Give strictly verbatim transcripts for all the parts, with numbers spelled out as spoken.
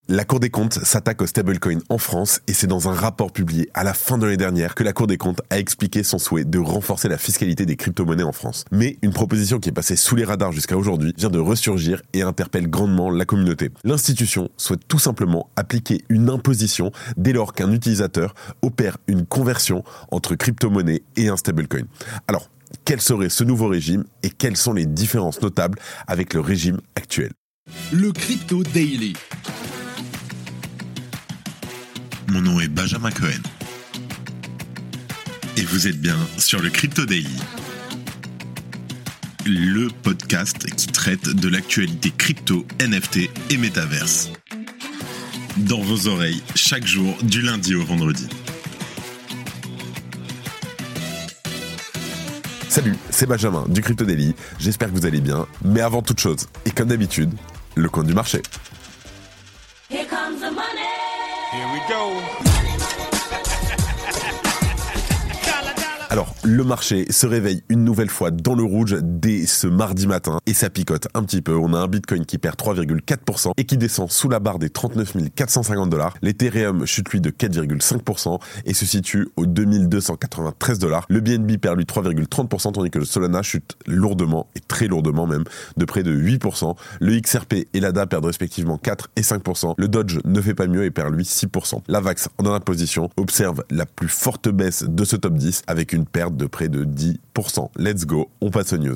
La Cour des comptes s'attaque aux stablecoins en France et c'est dans un rapport publié à la fin de l'année dernière que la Cour des comptes a expliqué son souhait de renforcer la fiscalité des crypto-monnaies en France. Mais une proposition qui est passée sous les radars jusqu'à aujourd'hui vient de ressurgir et interpelle grandement la communauté. L'institution souhaite tout simplement appliquer une imposition dès lors qu'un utilisateur opère une conversion entre crypto-monnaie et un stablecoin. Alors, quel serait ce nouveau régime et quelles sont les différences notables avec le régime actuel ? Le Crypto Daily. Mon nom est Benjamin Cohen. Et vous êtes bien sur le Crypto Daily. Le podcast qui traite de l'actualité crypto, N F T et métaverse. Dans vos oreilles, chaque jour, du lundi au vendredi. Salut, c'est Benjamin du Crypto Daily. J'espère que vous allez bien. Mais avant toute chose, et comme d'habitude, le coin du marché. Here comes the money. Here we go. Alors, le marché se réveille une nouvelle fois dans le rouge dès ce mardi matin et ça picote un petit peu. On a un Bitcoin qui perd trois virgule quatre pour cent et qui descend sous la barre des trente-neuf mille quatre cent cinquante dollars. L'Ethereum chute lui de quatre virgule cinq pour cent et se situe aux deux mille deux cent quatre-vingt-treize dollars. Le B N B perd lui trois virgule trente pour cent tandis que le Solana chute lourdement et très lourdement même de près de huit pour cent. Le X R P et l'A D A perdent respectivement quatre et cinq pour cent. Le Doge ne fait pas mieux et perd lui six pour cent. La Vax en dernière position observe la plus forte baisse de ce top dix avec une perte de près de dix pour cent. Let's go, on passe aux news.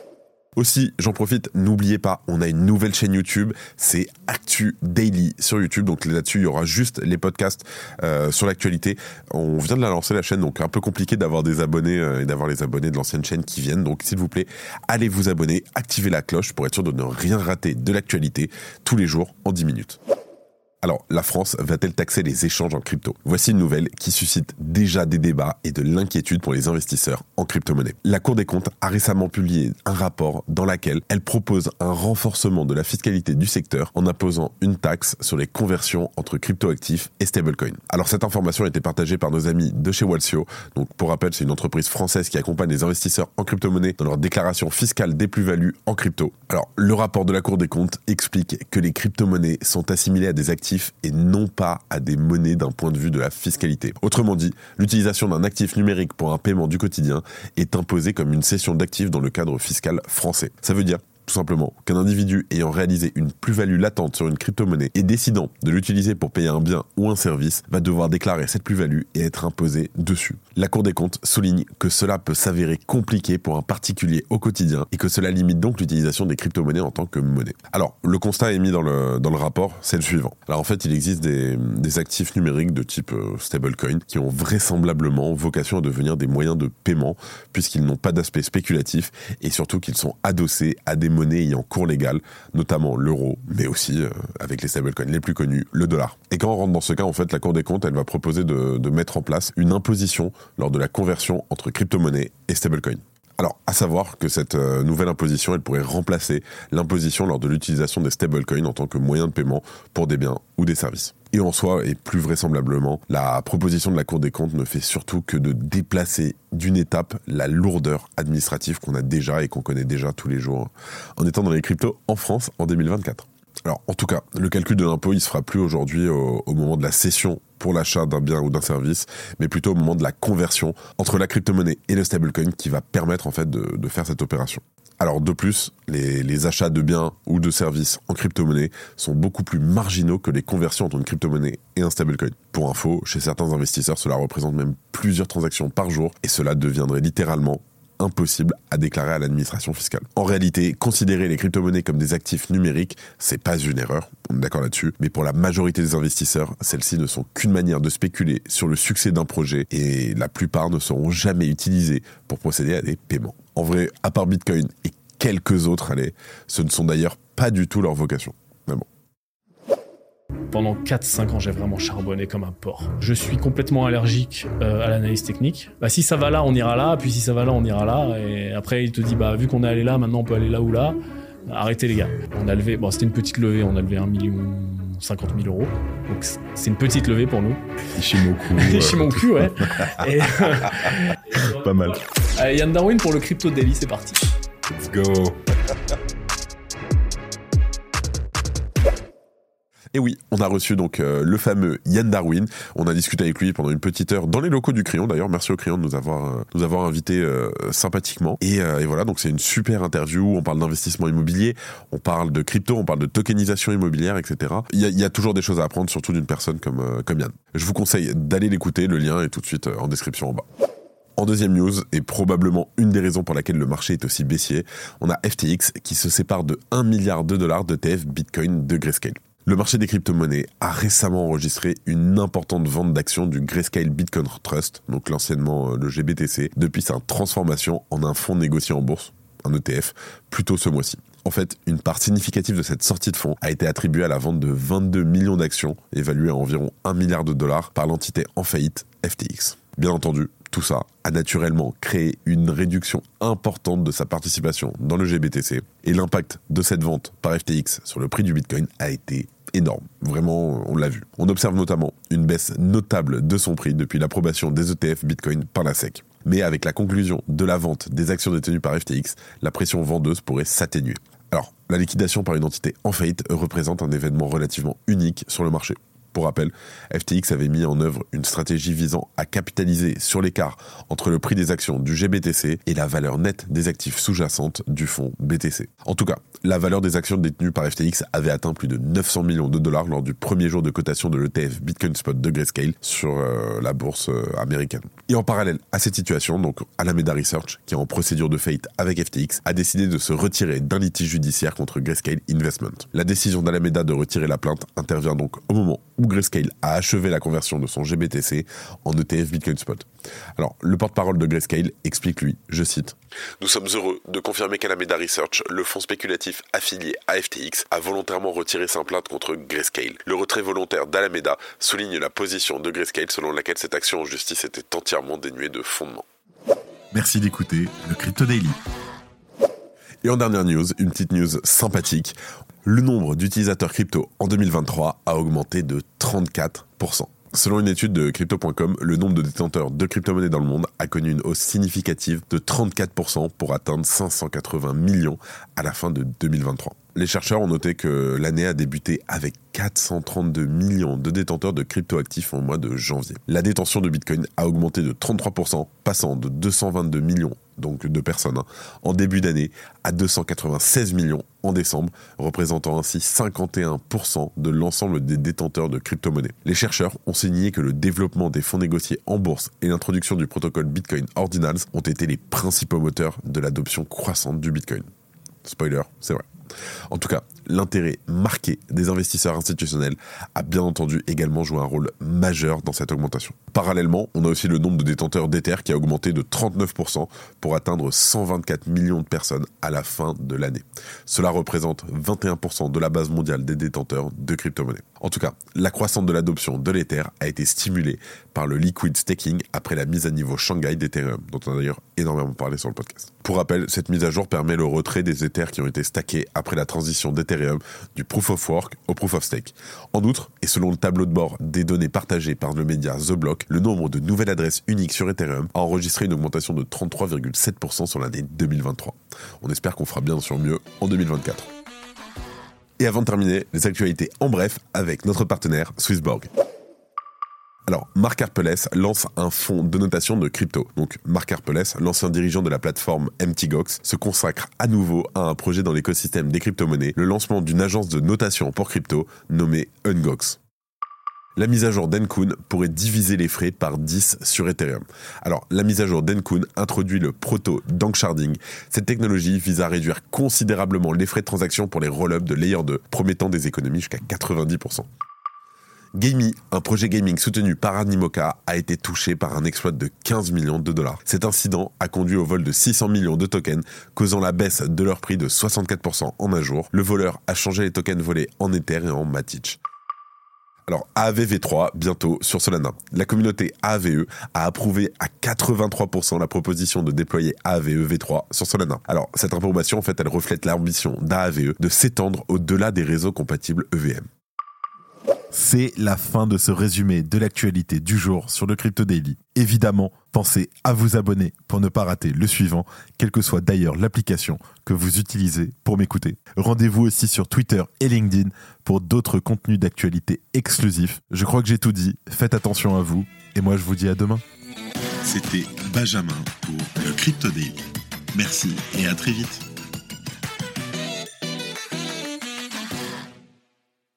Aussi, j'en profite, n'oubliez pas, on a une nouvelle chaîne YouTube, c'est Actu Daily sur YouTube, donc là-dessus il y aura juste les podcasts euh, sur l'actualité. On vient de la lancer la chaîne, donc un peu compliqué d'avoir des abonnés euh, et d'avoir les abonnés de l'ancienne chaîne qui viennent, donc s'il vous plaît, allez vous abonner, activez la cloche pour être sûr de ne rien rater de l'actualité tous les jours en dix minutes. Alors, la France va-t-elle taxer les échanges en crypto ? Voici une nouvelle qui suscite déjà des débats et de l'inquiétude pour les investisseurs en crypto-monnaie. La Cour des comptes a récemment publié un rapport dans lequel elle propose un renforcement de la fiscalité du secteur en imposant une taxe sur les conversions entre crypto-actifs et stablecoins. Alors, cette information a été partagée par nos amis de chez Walsio. Donc, pour rappel, c'est une entreprise française qui accompagne les investisseurs en crypto-monnaie dans leur déclaration fiscale des plus-values en crypto. Alors, le rapport de la Cour des comptes explique que les crypto-monnaies sont assimilées à des actifs et non pas à des monnaies d'un point de vue de la fiscalité. Autrement dit, l'utilisation d'un actif numérique pour un paiement du quotidien est imposée comme une cession d'actifs dans le cadre fiscal français. Ça veut dire tout simplement qu'un individu ayant réalisé une plus-value latente sur une crypto-monnaie et décidant de l'utiliser pour payer un bien ou un service va devoir déclarer cette plus-value et être imposé dessus. La Cour des comptes souligne que cela peut s'avérer compliqué pour un particulier au quotidien et que cela limite donc l'utilisation des crypto-monnaies en tant que monnaie. Alors, le constat émis dans le, dans le rapport, c'est le suivant. Alors en fait, il existe des, des actifs numériques de type euh, stablecoin qui ont vraisemblablement vocation à devenir des moyens de paiement puisqu'ils n'ont pas d'aspect spéculatif et surtout qu'ils sont adossés à des monnaies ayant cours légal, notamment l'euro, mais aussi euh, avec les stablecoins les plus connus, le dollar. Et quand on rentre dans ce cas, en fait, la Cour des comptes, elle va proposer de, de mettre en place une imposition lors de la conversion entre crypto-monnaie et stablecoin. Alors, à savoir que cette euh, nouvelle imposition, elle pourrait remplacer l'imposition lors de l'utilisation des stablecoins en tant que moyen de paiement pour des biens ou des services. Et en soi, et plus vraisemblablement, la proposition de la Cour des comptes ne fait surtout que de déplacer d'une étape la lourdeur administrative qu'on a déjà et qu'on connaît déjà tous les jours en étant dans les cryptos en France en deux mille vingt-quatre. Alors, en tout cas, le calcul de l'impôt, il se fera plus aujourd'hui au, au moment de la cession pour l'achat d'un bien ou d'un service, mais plutôt au moment de la conversion entre la crypto-monnaie et le stablecoin qui va permettre en fait de, de faire cette opération. Alors de plus, les, les achats de biens ou de services en crypto-monnaie sont beaucoup plus marginaux que les conversions entre une crypto-monnaie et un stablecoin. Pour info, chez certains investisseurs, cela représente même plusieurs transactions par jour et cela deviendrait littéralement impossible à déclarer à l'administration fiscale. En réalité, considérer les crypto-monnaies comme des actifs numériques, c'est pas une erreur, on est d'accord là-dessus, mais pour la majorité des investisseurs, celles-ci ne sont qu'une manière de spéculer sur le succès d'un projet et la plupart ne seront jamais utilisées pour procéder à des paiements. En vrai, à part Bitcoin et quelques autres, allez, ce ne sont d'ailleurs pas du tout leur vocation. Mais bon. Pendant quatre cinq ans, j'ai vraiment charbonné comme un porc. Je suis complètement allergique euh, à l'analyse technique. Bah, si ça va là, on ira là, puis si ça va là, on ira là. Et après, il te dit, bah, vu qu'on est allé là, maintenant on peut aller là ou là. Arrêtez les gars. On a levé, bon, c'était une petite levée, on a levé un million cinquante mille euros. Donc c'est une petite levée pour nous. Ishimoku. Ishimoku, ouais. Et, pas mal. Allez, Yann Darwin pour le Crypto Daily, c'est parti. Let's go. Et oui, on a reçu donc euh, le fameux Yann Darwin. On a discuté avec lui pendant une petite heure dans les locaux du Crayon. D'ailleurs, merci au Crayon de nous avoir euh, nous avoir invités euh, sympathiquement. Et, euh, et voilà, donc c'est une super interview. On parle d'investissement immobilier, on parle de crypto, on parle de tokenisation immobilière, et cetera. Il y a, il y a toujours des choses à apprendre, surtout d'une personne comme euh, comme Yann. Je vous conseille d'aller l'écouter. Le lien est tout de suite euh, en description en bas. En deuxième news, et probablement une des raisons pour laquelle le marché est aussi baissier, on a F T X qui se sépare de un milliard de dollars d'E T F Bitcoin de Grayscale. Le marché des crypto-monnaies a récemment enregistré une importante vente d'actions du Grayscale Bitcoin Trust, donc l'anciennement le G B T C, depuis sa transformation en un fonds négocié en bourse, un E T F, plus tôt ce mois-ci. En fait, une part significative de cette sortie de fonds a été attribuée à la vente de vingt-deux millions d'actions, évaluées à environ un milliard de dollars par l'entité en faillite F T X. Bien entendu, tout ça a naturellement créé une réduction importante de sa participation dans le G B T C, et l'impact de cette vente par F T X sur le prix du Bitcoin a été énorme. Vraiment, on l'a vu. On observe notamment une baisse notable de son prix depuis l'approbation des E T F Bitcoin par la S E C. Mais avec la conclusion de la vente des actions détenues par F T X, la pression vendeuse pourrait s'atténuer. Alors, la liquidation par une entité en faillite représente un événement relativement unique sur le marché. Pour rappel, F T X avait mis en œuvre une stratégie visant à capitaliser sur l'écart entre le prix des actions du G B T C et la valeur nette des actifs sous-jacentes du fonds B T C. En tout cas, la valeur des actions détenues par F T X avait atteint plus de neuf cents millions de dollars lors du premier jour de cotation de l'E T F Bitcoin Spot de Grayscale sur euh, la bourse euh, américaine. Et en parallèle à cette situation, donc Alameda Research, qui est en procédure de faillite avec F T X, a décidé de se retirer d'un litige judiciaire contre Grayscale Investment. La décision d'Alameda de retirer la plainte intervient donc au moment où Grayscale a achevé la conversion de son G B T C en E T F Bitcoin Spot. Alors, le porte-parole de Grayscale explique lui, je cite, « Nous sommes heureux de confirmer qu'Alameda Research, le fonds spéculatif affilié à F T X, a volontairement retiré sa plainte contre Grayscale. Le retrait volontaire d'Alameda souligne la position de Grayscale selon laquelle cette action en justice était entièrement dénuée de fondement. » Merci d'écouter le Crypto Daily. Et en dernière news, une petite news sympathique. Le nombre d'utilisateurs crypto en deux mille vingt-trois a augmenté de trente-quatre pour cent. Selon une étude de crypto point com, le nombre de détenteurs de crypto-monnaies dans le monde a connu une hausse significative de trente-quatre pour cent pour atteindre cinq cent quatre-vingts millions à la fin de deux mille vingt-trois. Les chercheurs ont noté que l'année a débuté avec quatre cent trente-deux millions de détenteurs de crypto-actifs au mois de janvier. La détention de Bitcoin a augmenté de trente-trois pour cent, passant de deux cent vingt-deux millions donc de personnes hein, en début d'année à deux cent quatre-vingt-seize millions en décembre, représentant ainsi cinquante et un pour cent de l'ensemble des détenteurs de crypto-monnaies. Les chercheurs ont signé que le développement des fonds négociés en bourse et l'introduction du protocole Bitcoin Ordinals ont été les principaux moteurs de l'adoption croissante du Bitcoin. Spoiler, c'est vrai. En tout cas, l'intérêt marqué des investisseurs institutionnels a bien entendu également joué un rôle majeur dans cette augmentation. Parallèlement, on a aussi le nombre de détenteurs d'Ether qui a augmenté de trente-neuf pour cent pour atteindre cent vingt-quatre millions de personnes à la fin de l'année. Cela représente vingt et un pour cent de la base mondiale des détenteurs de crypto-monnaies. En tout cas, la croissance de l'adoption de l'Ether a été stimulée par le liquid staking après la mise à niveau Shanghai d'Ethereum, dont on a d'ailleurs énormément parlé sur le podcast. Pour rappel, cette mise à jour permet le retrait des Ethers qui ont été stackés après la transition d'Ethereum du Proof of Work au Proof of Stake. En outre, et selon le tableau de bord des données partagées par le média The Block, le nombre de nouvelles adresses uniques sur Ethereum a enregistré une augmentation de trente-trois virgule sept pour cent sur l'année deux mille vingt-trois. On espère qu'on fera bien sûr mieux en deux mille vingt-quatre. Et avant de terminer, les actualités en bref avec notre partenaire Swissborg. Alors, Mark Harpelès lance un fonds de notation de crypto. Donc, Mark Harpelès, l'ancien dirigeant de la plateforme M T Gox, se consacre à nouveau à un projet dans l'écosystème des crypto-monnaies, le lancement d'une agence de notation pour crypto nommée Ungox. La mise à jour d'Encun pourrait diviser les frais par dix sur Ethereum. Alors, la mise à jour d'Encun introduit le proto-danksharding. Cette technologie vise à réduire considérablement les frais de transaction pour les roll-ups de Layer deux, promettant des économies jusqu'à quatre-vingt-dix pour cent. Gamey, un projet gaming soutenu par Animoca, a été touché par un exploit de quinze millions de dollars. Cet incident a conduit au vol de six cents millions de tokens, causant la baisse de leur prix de soixante-quatre pour cent en un jour. Le voleur a changé les tokens volés en Ether et en Matic. Alors, A A V V trois, bientôt sur Solana. La communauté A A V E a approuvé à quatre-vingt-trois pour cent la proposition de déployer A A V E V trois sur Solana. Alors, cette approbation, en fait, elle reflète l'ambition d'A A V E de s'étendre au-delà des réseaux compatibles E V M. C'est la fin de ce résumé de l'actualité du jour sur le Crypto Daily. Évidemment, pensez à vous abonner pour ne pas rater le suivant, quelle que soit d'ailleurs l'application que vous utilisez pour m'écouter. Rendez-vous aussi sur Twitter et LinkedIn pour d'autres contenus d'actualité exclusifs. Je crois que j'ai tout dit, faites attention à vous, et moi je vous dis à demain. C'était Benjamin pour le Crypto Daily. Merci et à très vite.